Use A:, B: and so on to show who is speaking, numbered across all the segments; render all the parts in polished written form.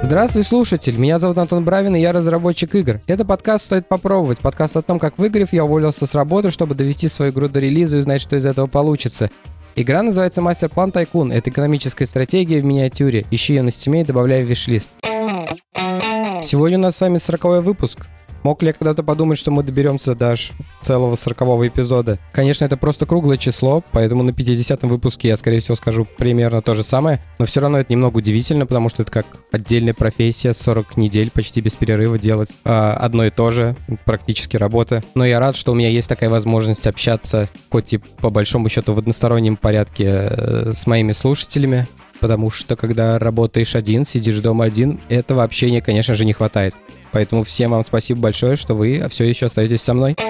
A: Здравствуй, слушатель! Меня зовут Антон Бравин, и я разработчик игр. Это подкаст «Стоит попробовать». Подкаст о том, как выиграв, я уволился с работы, чтобы довести свою игру до релиза и узнать, что из этого получится. Игра называется «Master Plan Tycoon». Это экономическая стратегия в миниатюре. Ищи ее на Steam и добавляй в виш-лист. Сегодня у нас с вами 40-й выпуск. Мог ли я когда-то подумать, что мы доберемся до целого 40-го эпизода? Конечно, это просто круглое число, поэтому на 50-м выпуске я, скорее всего, скажу примерно то же самое. Но все равно это немного удивительно, потому что это как отдельная профессия, 40 недель почти без перерыва делать одно и то же, практически работа. Но я рад, что у меня есть такая возможность общаться, хоть и по большому счету в одностороннем порядке с моими слушателями. Потому что, когда работаешь один, сидишь дома один, этого общения, конечно же, не хватает. Поэтому всем вам спасибо большое, что вы все еще остаетесь со мной.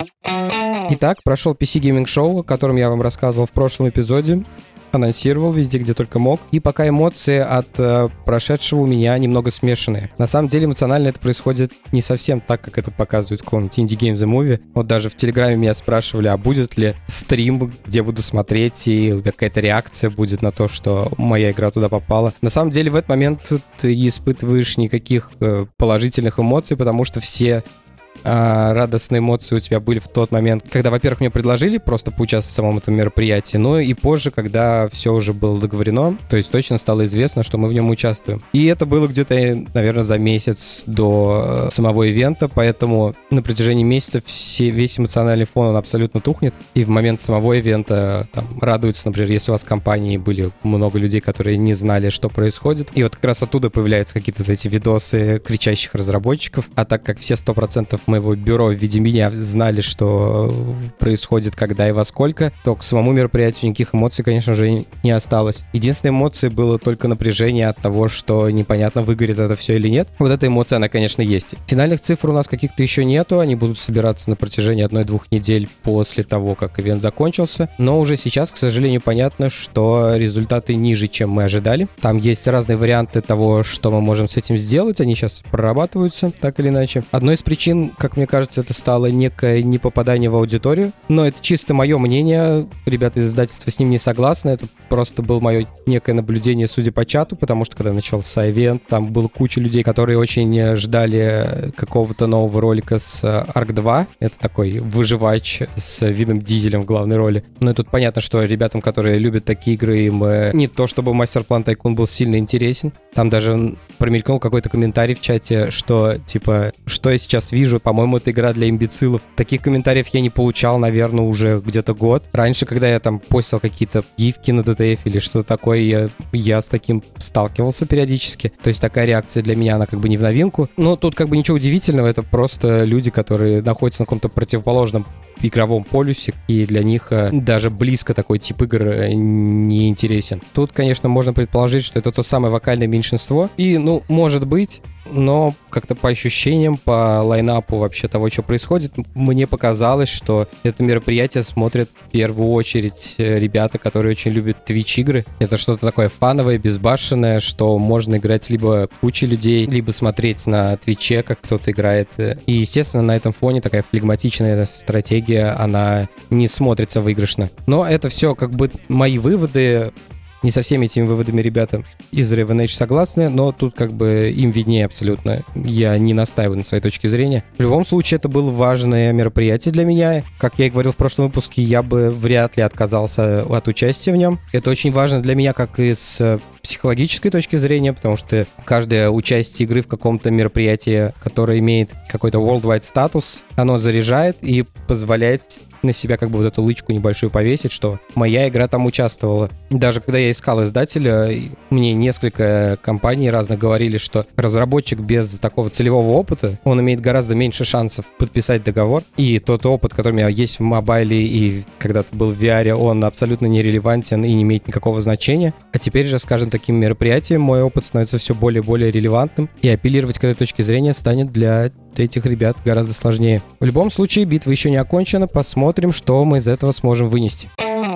A: Итак, прошел PC Gaming Show, о котором я вам рассказывал в прошлом эпизоде. Анонсировал везде, где только мог. И пока эмоции от прошедшего у меня немного смешанные. На самом деле эмоционально это происходит не совсем так, как это показывают в каком-нибудь Indie Game The Movie. Вот даже в Телеграме меня спрашивали, а будет ли стрим, где буду смотреть, и какая-то реакция будет на то, что моя игра туда попала. На самом деле в этот момент ты не испытываешь никаких положительных эмоций, потому что все радостные эмоции у тебя были в тот момент, когда, во-первых, мне предложили просто поучаствовать в самом этом мероприятии, но и позже, когда все уже было договорено, то есть точно стало известно, что мы в нем участвуем. И это было где-то, наверное, за месяц до самого ивента, поэтому на протяжении месяца весь эмоциональный фон, он абсолютно тухнет, и в момент самого ивента там радуется, например, если у вас в компании были много людей, которые не знали, что происходит, и вот как раз оттуда появляются какие-то эти видосы кричащих разработчиков, а так как все 100% моего бюро в виде меня знали, что происходит, когда и во сколько, то к самому мероприятию никаких эмоций, конечно же, не осталось. Единственной эмоцией было только напряжение от того, что непонятно, выгорит это все или нет. Вот эта эмоция, она, конечно, есть. Финальных цифр у нас каких-то еще нету, они будут собираться на протяжении 1-2 недель после того, как ивент закончился, но уже сейчас, к сожалению, понятно, что результаты ниже, чем мы ожидали. Там есть разные варианты того, что мы можем с этим сделать, они сейчас прорабатываются, так или иначе. Одной из причин, как мне кажется, это стало некое непопадание в аудиторию. Но это чисто мое мнение. Ребята из издательства с ним не согласны. Это просто было мое некое наблюдение, судя по чату, потому что когда начался ивент, там было куча людей, которые очень ждали какого-то нового ролика с Ark 2. Это такой выживач с Вином Дизелем в главной роли. Но и тут понятно, что ребятам, которые любят такие игры, им не то чтобы Master Plan Tycoon был сильно интересен. Там даже промелькнул какой-то комментарий в чате, что типа, что я сейчас вижу, по-моему, это игра для имбецилов. Таких комментариев я не получал, наверное, уже где-то год. Раньше, когда я там постил какие-то гифки на DTF или что-то такое, я с таким сталкивался периодически. То есть такая реакция для меня, она как бы не в новинку. Но тут как бы ничего удивительного, это просто люди, которые находятся на каком-то противоположном игровом полюсе, и для них даже близко такой тип игр не интересен. Тут, конечно, можно предположить, что это то самое вокальное меньшинство, и, может быть, но как-то по ощущениям, по лайнапу вообще того, что происходит, мне показалось, что это мероприятие смотрят в первую очередь ребята, которые очень любят Twitch-игры. Это что-то такое фановое, безбашенное, что можно играть либо кучей людей, либо смотреть на Твиче, как кто-то играет. И, естественно, на этом фоне такая флегматичная стратегия, она не смотрится выигрышно. Но это все как бы мои выводы. Не со всеми этими выводами ребята из Raven Age согласны, но тут как бы им виднее абсолютно. Я не настаиваю на своей точке зрения. В любом случае, это было важное мероприятие для меня. Как я и говорил в прошлом выпуске, я бы вряд ли отказался от участия в нем. Это очень важно для меня как и с психологической точки зрения, потому что каждое участие игры в каком-то мероприятии, которое имеет какой-то worldwide статус, оно заряжает и позволяет на себя как бы вот эту лычку небольшую повесить, что моя игра там участвовала. Даже когда я искал издателя, мне несколько компаний разных говорили, что разработчик без такого целевого опыта, он имеет гораздо меньше шансов подписать договор, и тот опыт, который у меня есть в мобайле и когда-то был в VR, он абсолютно нерелевантен и не имеет никакого значения. А теперь же, скажем, таким мероприятием мой опыт становится все более и более релевантным, и апеллировать к этой точке зрения станет для этих ребят гораздо сложнее. В любом случае, битва еще не окончена, посмотрим, что мы из этого сможем вынести.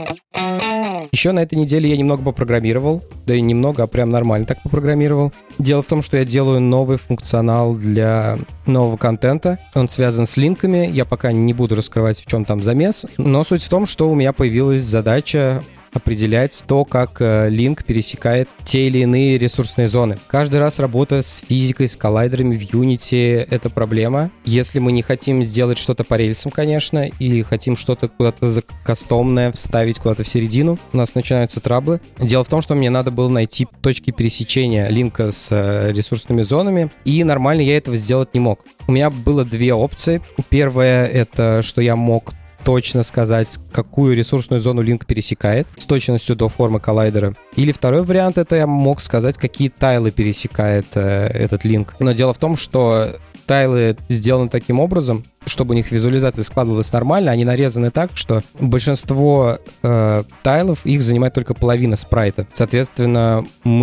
A: Еще на этой неделе я немного попрограммировал, да и немного, а прям нормально так попрограммировал. Дело в том, что я делаю новый функционал для нового контента. Он связан с линками, я пока не буду раскрывать, в чем там замес, но суть в том, что у меня появилась задача определять то, как линк пересекает те или иные ресурсные зоны. Каждый раз работа с физикой, с коллайдерами в Unity — это проблема. Если мы не хотим сделать что-то по рельсам, конечно, и хотим что-то куда-то кастомное вставить куда-то в середину, у нас начинаются траблы. Дело в том, что мне надо было найти точки пересечения линка с ресурсными зонами, и нормально я этого сделать не мог. У меня было две опции. Первая — это что я мог точно сказать, какую ресурсную зону линк пересекает, с точностью до формы коллайдера. Или второй вариант — это я мог сказать, какие тайлы пересекает этот линк. Но дело в том, что тайлы сделаны таким образом, чтобы у них визуализация складывалась нормально, они нарезаны так, что большинство тайлов, их занимает только половина спрайта. Соответственно,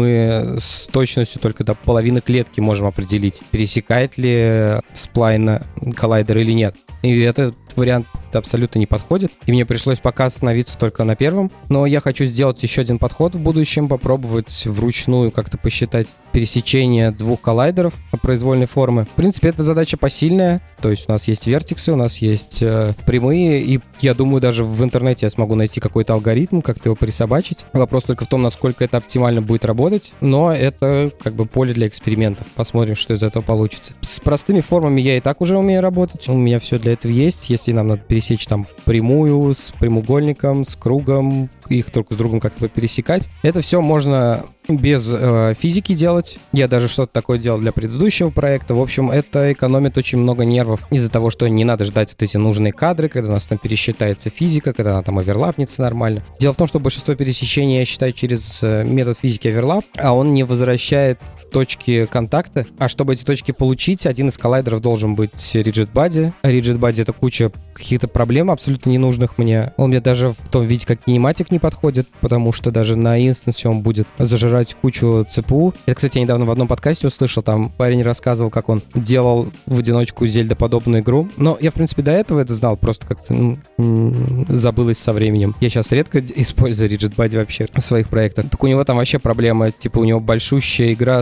A: мы с точностью только до половины клетки можем определить, пересекает ли сплайн коллайдер или нет. И этот вариант абсолютно не подходит. И мне пришлось пока остановиться только на первом. Но я хочу сделать еще один подход в будущем, попробовать вручную как-то посчитать пересечение двух коллайдеров произвольной формы. В принципе, эта задача посильная. То есть у нас есть вертексы, у нас есть прямые, и я думаю, даже в интернете я смогу найти какой-то алгоритм, как-то его присобачить. Вопрос только в том, насколько это оптимально будет работать, но это как бы поле для экспериментов. Посмотрим, что из этого получится. С простыми формами я и так уже умею работать. У меня все для этого есть. Если нам надо пересечь там прямую с прямоугольником, с кругом, их друг с другом как-то пересекать, это все можно без физики делать. Я даже что-то такое делал для предыдущего проекта. В общем, это экономит очень много нервов из-за того, что не надо ждать вот эти нужные кадры, когда у нас там пересчитается физика, когда она там оверлапнется нормально. Дело в том, что большинство пересечений я считаю через метод физики оверлап, а он не возвращает точки контакта. А чтобы эти точки получить, один из коллайдеров должен быть rigid body. Rigid body — это куча каких-то проблем абсолютно ненужных мне. Он мне даже в том виде, как кинематик, не подходит, потому что даже на инстансе он будет зажирать кучу ЦПУ. Я, кстати, недавно в одном подкасте услышал, там парень рассказывал, как он делал в одиночку Зельда-подобную игру. Но я, в принципе, до этого это знал, просто как-то забылось со временем. Я сейчас редко использую rigid body вообще в своих проектах. Так у него там вообще проблема, типа у него большущая игра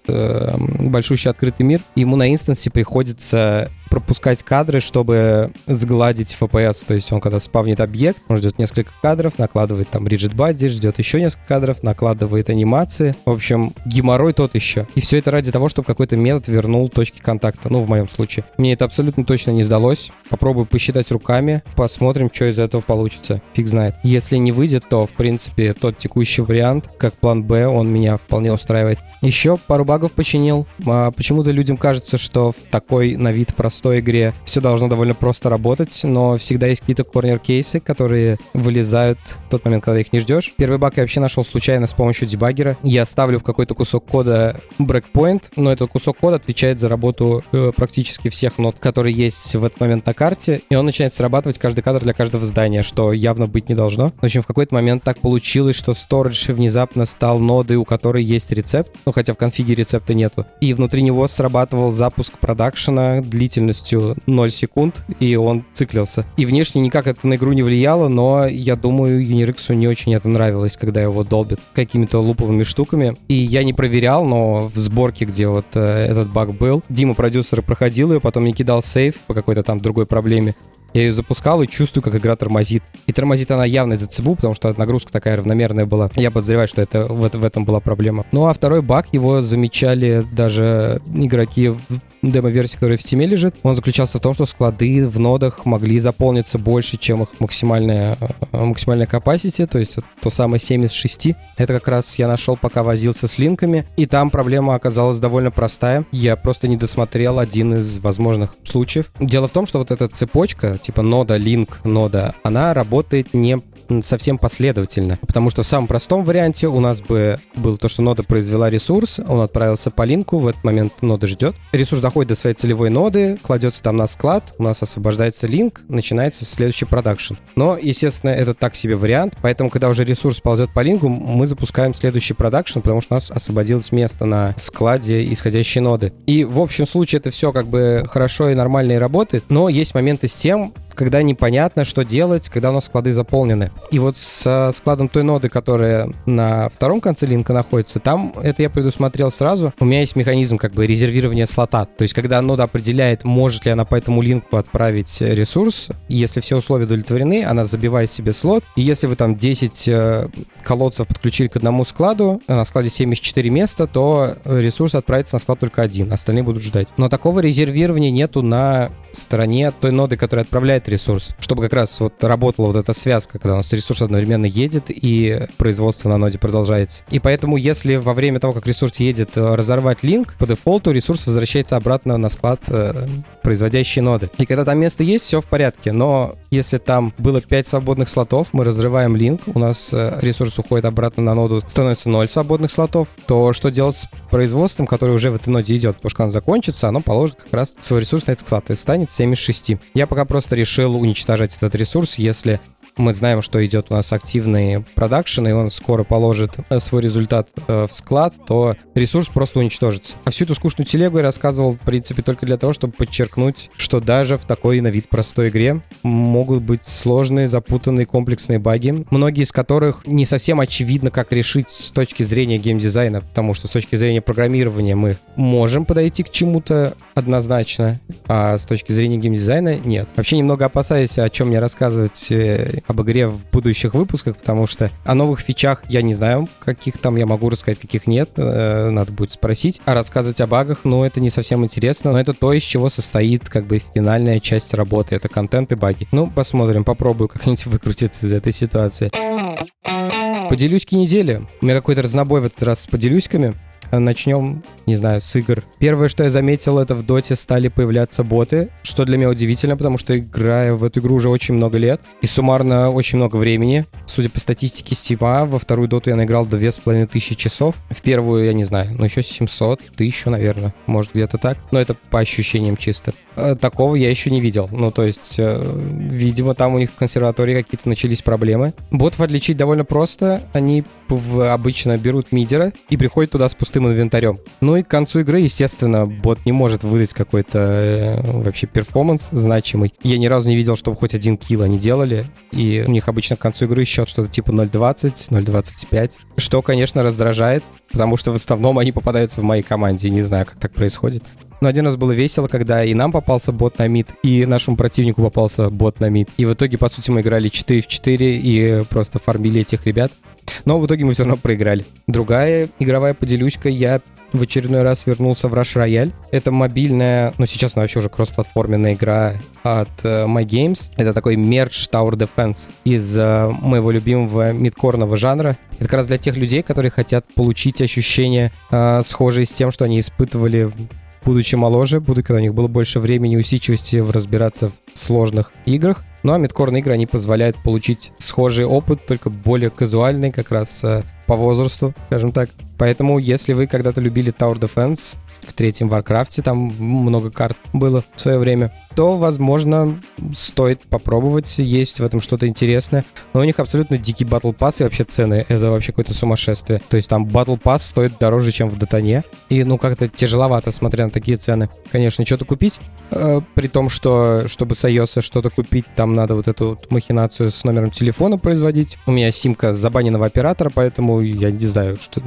A: большущий открытый мир. Ему на инстансе приходится пропускать кадры, чтобы сгладить FPS. То есть он, когда спавнит объект, он ждет несколько кадров, накладывает там rigid body, ждет еще несколько кадров, накладывает анимации. В общем, геморрой тот еще. И все это ради того, чтобы какой-то метод вернул точки контакта. Ну, в моем случае. Мне это абсолютно точно не сдалось. Попробую посчитать руками, посмотрим, что из этого получится. Фиг знает. Если не выйдет, то, в принципе, тот текущий вариант, как план Б, он меня вполне устраивает. Еще пару багов починил. Почему-то людям кажется, что в такой на вид простой игре все должно довольно просто работать, но всегда есть какие-то корнер-кейсы, которые вылезают в тот момент, когда их не ждешь. Первый баг я вообще нашел случайно с помощью дебаггера. Я ставлю в какой-то кусок кода breakpoint, но этот кусок кода отвечает за работу практически всех нод, которые есть в этот момент на карте, и он начинает срабатывать каждый кадр для каждого здания, что явно быть не должно. В общем, в какой-то момент так получилось, что storage внезапно стал нодой, у которой есть рецепт, ну, хотя в конфиге рецепта нету. И внутри него срабатывал запуск продакшена длительностью 0 секунд, и он циклился. И внешне никак это на игру не влияло, но я думаю, Unirix не очень это нравилось, когда его долбят какими-то луповыми штуками. И я не проверял, но в сборке, где вот этот баг был, Дима, продюсер, проходил ее, потом мне кидал сейв по какой-то там другой проблеме. Я ее запускал и чувствую, как игра тормозит. И тормозит она явно из-за ЦБУ, потому что нагрузка такая равномерная была. Я подозреваю, что это в этом была проблема. Ну а второй баг, его замечали даже игроки в демо-версии, которая в Steam лежит. Он заключался в том, что склады в нодах могли заполниться больше, чем их максимальная capacity, то есть то самое 7 из 6. Это как раз я нашел, пока возился с линками. И там проблема оказалась довольно простая. Я просто не досмотрел один из возможных случаев. Дело в том, что вот эта цепочка, типа нода, линк, нода, она работает не совсем последовательно. Потому что в самом простом варианте у нас бы было то, что нода произвела ресурс, он отправился по линку, в этот момент нода ждет. Ресурс доходит до своей целевой ноды, кладется там на склад, у нас освобождается линк, начинается следующий продакшн. Но, естественно, это так себе вариант, поэтому, когда уже ресурс ползет по линку, мы запускаем следующий продакшн, потому что у нас освободилось место на складе исходящей ноды. И в общем случае это все как бы хорошо и нормально и работает, но есть моменты с тем, когда непонятно, что делать, когда у нас склады заполнены. И вот с складом той ноды, которая на втором конце линка находится, там это я предусмотрел сразу. У меня есть механизм как бы резервирования слота. То есть, когда нода определяет, может ли она по этому линку отправить ресурс, если все условия удовлетворены, она забивает себе слот. И если вы там 10 колодцев подключили к одному складу, на складе 74 места, то ресурс отправится на склад только один, остальные будут ждать. Но такого резервирования нету на стороне той ноды, которая отправляет ресурс, чтобы как раз вот работала вот эта связка, когда у нас ресурс одновременно едет и производство на ноде продолжается. И поэтому, если во время того, как ресурс едет, разорвать линк, по дефолту ресурс возвращается обратно на склад производящей ноды. И когда там место есть, все в порядке. Но если там было 5 свободных слотов, мы разрываем линк, у нас ресурс уходит обратно на ноду, становится 0 свободных слотов, то что делать с производством, которое уже в этой ноде идет? Потому что когда оно закончится, оно положит как раз свой ресурс на этот склад и станет 7 из 6. Я пока просто решил уничтожать этот ресурс, если мы знаем, что идет у нас активный продакшн, и он скоро положит свой результат в склад, то ресурс просто уничтожится. А всю эту скучную телегу я рассказывал, в принципе, только для того, чтобы подчеркнуть, что даже в такой на вид простой игре могут быть сложные, запутанные, комплексные баги, многие из которых не совсем очевидно, как решить с точки зрения геймдизайна, потому что с точки зрения программирования мы можем подойти к чему-то однозначно, а с точки зрения геймдизайна нет. Вообще немного опасаюсь, о чем мне рассказывать об игре в будущих выпусках, потому что о новых фичах я не знаю, каких там я могу рассказать, каких нет, надо будет спросить. А рассказывать о багах, это не совсем интересно, но это то, из чего состоит как бы финальная часть работы, это контент и баги. Посмотрим, попробую как-нибудь выкрутиться из этой ситуации. Поделюськи недели. У меня какой-то разнобой в этот раз с поделюськами. Начнем, не знаю, с игр. Первое, что я заметил, это в доте стали появляться боты, что для меня удивительно, потому что играю в эту игру уже очень много лет и суммарно очень много времени. Судя по статистике Steam, во вторую доту я наиграл 2500 часов. В первую, я не знаю, еще 700, 1000, наверное, может где-то так. Но это по ощущениям чисто. Такого я еще не видел. То есть, видимо, там у них в консерватории какие-то начались проблемы. Ботов отличить довольно просто. Они обычно берут мидера и приходят туда с пустым инвентарем. И к концу игры, естественно, бот не может выдать какой-то вообще перформанс значимый. Я ни разу не видел, чтобы хоть один килл они делали. И у них обычно к концу игры счет что-то типа 0.20, 0.25. Что, конечно, раздражает, потому что в основном они попадаются в моей команде. Не знаю, как так происходит. Но один раз было весело, когда и нам попался бот на мид, и нашему противнику попался бот на мид. И в итоге, по сути, мы играли 4 в 4 и просто фармили этих ребят. Но в итоге мы все равно проиграли. Другая игровая поделюська, я в очередной раз вернулся в Rush Royale. Это мобильная, сейчас она вообще уже кроссплатформенная игра от MyGames. Это такой мерч Tower Defense из моего любимого мидкорного жанра. Это как раз для тех людей, которые хотят получить ощущения, схожие с тем, что они испытывали, будучи моложе, когда у них было больше времени и усидчивости разбираться в сложных играх. А мидкорные игры, они позволяют получить схожий опыт, только более казуальный, как раз по возрасту, скажем так. Поэтому, если вы когда-то любили Tower Defense в третьем Warcraft'е, там много карт было в свое время, то, возможно, стоит попробовать, есть в этом что-то интересное. Но у них абсолютно дикий Battle Pass, и вообще цены, это вообще какое-то сумасшествие. То есть там Battle Pass стоит дороже, чем в Дотане. И, как-то тяжеловато, смотря на такие цены. Конечно, что-то купить, при том, что, чтобы с iOS что-то купить, там надо вот эту вот махинацию с номером телефона производить. У меня симка забаненного оператора, поэтому я не знаю, что,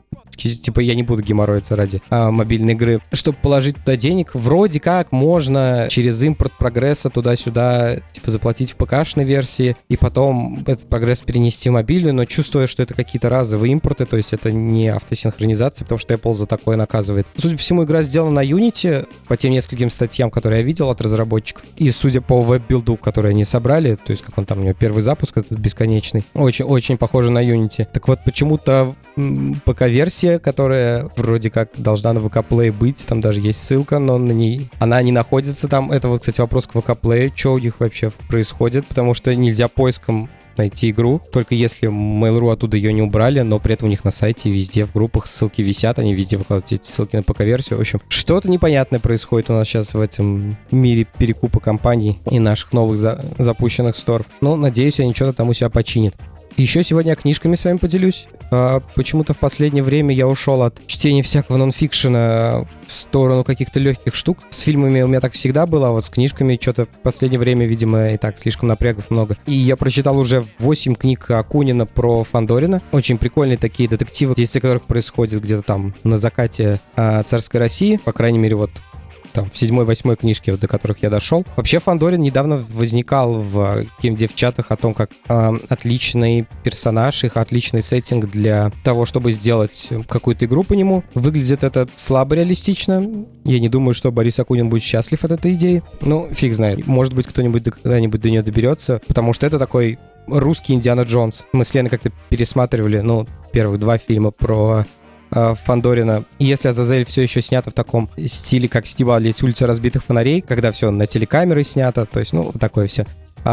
A: я не буду геморроиться ради мобильной игры. Чтобы положить туда денег, вроде как можно через импорт прогресса туда-сюда, заплатить в ПК-шной версии, и потом этот прогресс перенести в мобильную, но чувствуя, что это какие-то разовые импорты, то есть это не автосинхронизация, потому что Apple за такое наказывает. Судя по всему, игра сделана на Unity, по тем нескольким статьям, которые я видел от разработчиков, и судя по веб-билду, который они собрали, то есть как он там, у него первый запуск этот бесконечный, очень-очень похоже на Unity. Так вот, почему-то ПК-версия, которая вроде как должна на VK Play быть, там даже есть ссылка, но она не находится там. Это вот, кстати, вопрос к VK Play, что у них вообще происходит, потому что нельзя поиском найти игру, только если Mail.ru оттуда ее не убрали, но при этом у них на сайте везде в группах ссылки висят, они везде выкладывают эти ссылки на ПК-версию. В общем, что-то непонятное происходит у нас сейчас в этом мире перекупа компаний и наших новых запущенных сторов. Но, надеюсь, они что-то там у себя починят. Еще сегодня я книжками с вами поделюсь. почему-то в последнее время я ушел от чтения всякого нонфикшена в сторону каких-то легких штук. С фильмами у меня так всегда было, а вот с книжками что-то в последнее время, видимо, и так слишком напрягов много. И я прочитал уже 8 книг Акунина про Фандорина. Очень прикольные такие детективы, действия которых происходят где-то там на закате царской России. По крайней мере, вот там, в 7-8 книжке, вот, до которых я дошел. Вообще, Фандорин недавно возникал в геймдев-чатах о том, как отличный персонаж, их отличный сеттинг для того, чтобы сделать какую-то игру по нему. Выглядит это слабо реалистично. Я не думаю, что Борис Акунин будет счастлив от этой идеи. Ну, фиг знает. Может быть, кто-нибудь когда-нибудь до нее доберется, потому что это такой русский Индиана Джонс. Мы с Леной как-то пересматривали, первых 2 фильма про Фандорина. И если Азазель все еще снято в таком стиле, как снимались «Улица разбитых фонарей», когда все на телекамеры снято, то есть, вот такое все,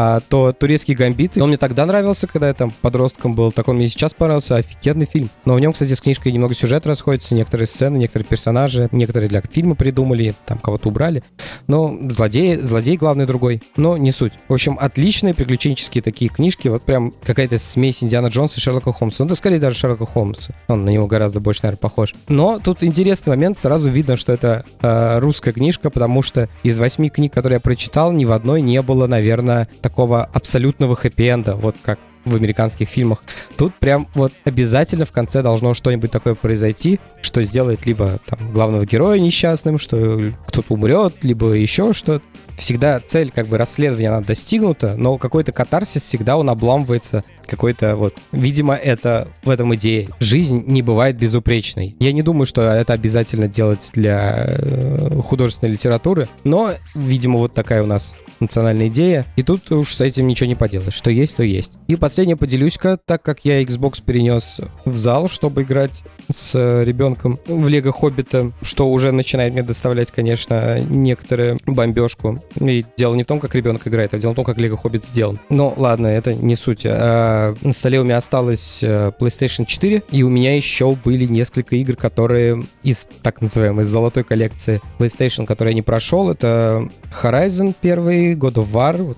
A: то «Турецкий гамбит», он мне тогда нравился, когда я там подростком был, так он мне сейчас понравился, офигенный фильм. Но в нем, кстати, с книжкой немного сюжет расходится, некоторые сцены, некоторые персонажи, некоторые для фильма придумали, там кого-то убрали. Но злодей главный другой, но не суть. В общем, отличные приключенческие такие книжки, вот прям какая-то смесь Индиана Джонса и Шерлока Холмса. Да скорее даже Шерлока Холмса. Он на него гораздо больше, наверное, похож. Но тут интересный момент, сразу видно, что это русская книжка, потому что из 8 книг, которые я прочитал, ни в одной не было, наверное, такого абсолютного хэппи-энда, вот как в американских фильмах. Тут прям вот обязательно в конце должно что-нибудь такое произойти, что сделает либо там главного героя несчастным, что кто-то умрет, либо еще что-то. Всегда цель расследования она достигнута, но какой-то катарсис всегда он обламывается какой-то видимо, это в этом идея. Жизнь не бывает безупречной. Я не думаю, что это обязательно делать для художественной литературы, но, видимо, такая у нас национальная идея, и тут уж с этим ничего не поделаешь. Что есть, то есть. И последнее поделюсь-ка, так как я Xbox перенес в зал, чтобы играть с ребенком в Лего Хоббита, что уже начинает мне доставлять, конечно, некоторую бомбежку. И дело не в том, как ребенок играет, а дело в том, как Лего Хоббит сделан. Но ладно, это не суть. На столе у меня осталось PlayStation 4, и у меня еще были несколько игр, которые из так называемой золотой коллекции PlayStation, которые я не прошел. Это Horizon 1, God of War,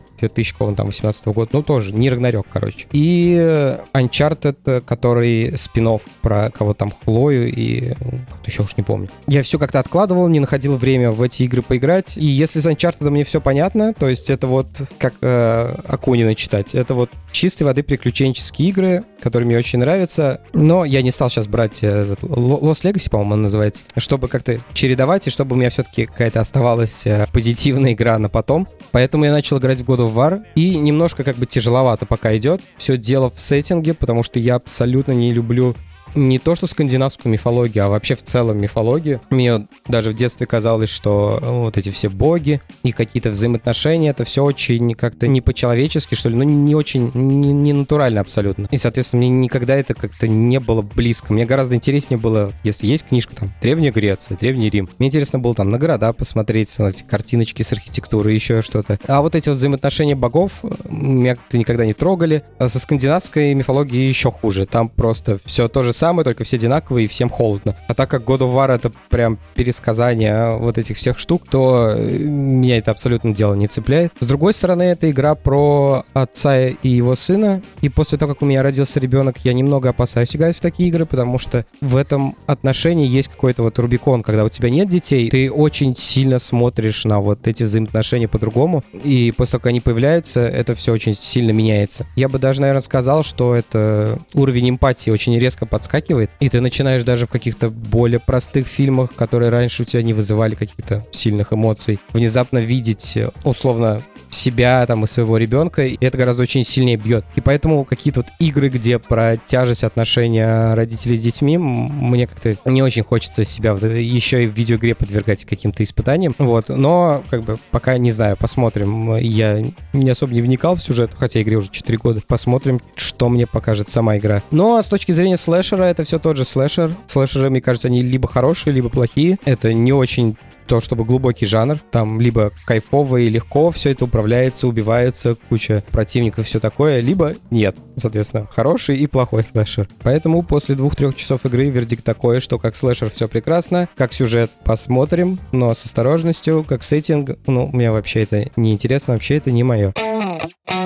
A: 2018 года, тоже не Рагнарёк, короче. И Uncharted, который спин-офф про кого там, Хлою и как-то еще уж не помню. Я все как-то откладывал, не находил время в эти игры поиграть. И если с Uncharted мне все понятно, то есть это как Акунина читать, это чистой воды приключенческие игры, которые мне очень нравятся. Но я не стал сейчас брать Lost Legacy, по-моему, он называется, чтобы как-то чередовать, и чтобы у меня все-таки какая-то оставалась позитивная игра на потом. Поэтому я начал играть в God of War, и немножко тяжеловато пока идет. Все дело в сеттинге, потому что я абсолютно не люблю не то что скандинавскую мифологию, а вообще в целом мифологию. Мне даже в детстве казалось, что эти все боги и какие-то взаимоотношения, это все очень как-то не по-человечески, что ли, не очень, не натурально абсолютно. И, соответственно, мне никогда это как-то не было близко. Мне гораздо интереснее было, если есть книжка, там, Древняя Греция, Древний Рим. Мне интересно было там на города посмотреть, на эти картиночки с архитектурой, еще что-то. А эти взаимоотношения богов меня как-то никогда не трогали. А со скандинавской мифологией еще хуже. Там просто все то же самое, только все одинаковые и всем холодно. А так как God of War это прям пересказание этих всех штук, то меня это абсолютно дело не цепляет. С другой стороны, это игра про отца и его сына, и после того, как у меня родился ребенок, я немного опасаюсь играть в такие игры, потому что в этом отношении есть какой-то Рубикон, когда у тебя нет детей, ты очень сильно смотришь на эти взаимоотношения по-другому, и после того, как они появляются, это все очень сильно меняется. Я бы даже, наверное, сказал, что это уровень эмпатии очень резко подскакивает, и ты начинаешь даже в каких-то более простых фильмах, которые раньше у тебя не вызывали каких-то сильных эмоций, внезапно видеть условно себя там и своего ребенка, и это гораздо очень сильнее бьет. И поэтому какие-то игры, где про тяжесть отношения родителей с детьми, мне как-то не очень хочется себя еще и в видеоигре подвергать каким-то испытаниям. Но пока не знаю, посмотрим. Я не особо не вникал в сюжет, хотя игре уже 4 года. Посмотрим, что мне покажет сама игра. Но с точки зрения слэшера, это все тот же слэшер. Слэшеры, мне кажется, они либо хорошие, либо плохие. Это не очень то, чтобы глубокий жанр, там либо кайфово и легко все это управляется, убивается, куча противников и все такое, либо нет. Соответственно, хороший и плохой слэшер. Поэтому после 2-3 часов игры вердикт такой, что как слэшер все прекрасно, как сюжет посмотрим, но с осторожностью, как сеттинг, мне вообще это не интересно, вообще это не мое.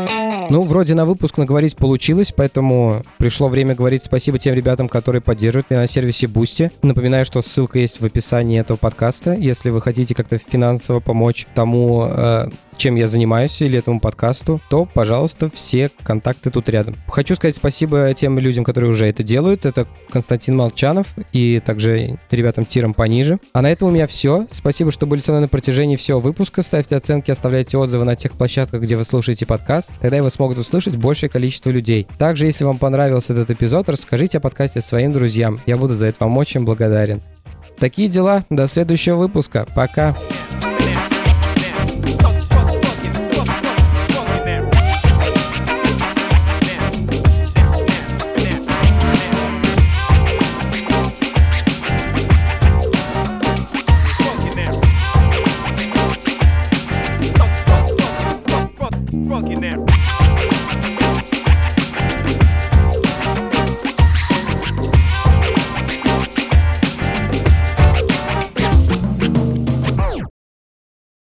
A: Ну, вроде на выпуск наговорить получилось, поэтому пришло время говорить спасибо тем ребятам, которые поддерживают меня на сервисе Boosty. Напоминаю, что ссылка есть в описании этого подкаста. Если вы хотите как-то финансово помочь тому, чем я занимаюсь, или этому подкасту, то, пожалуйста, все контакты тут рядом. Хочу сказать спасибо тем людям, которые уже это делают. Это Константин Молчанов и также ребятам тиром пониже. А на этом у меня все. Спасибо, что были со мной на протяжении всего выпуска. Ставьте оценки, оставляйте отзывы на тех площадках, где вы слушаете подкаст. Тогда его смогут услышать большее количество людей. Также, если вам понравился этот эпизод, расскажите о подкасте своим друзьям. Я буду за это вам очень благодарен. Такие дела. До следующего выпуска. Пока.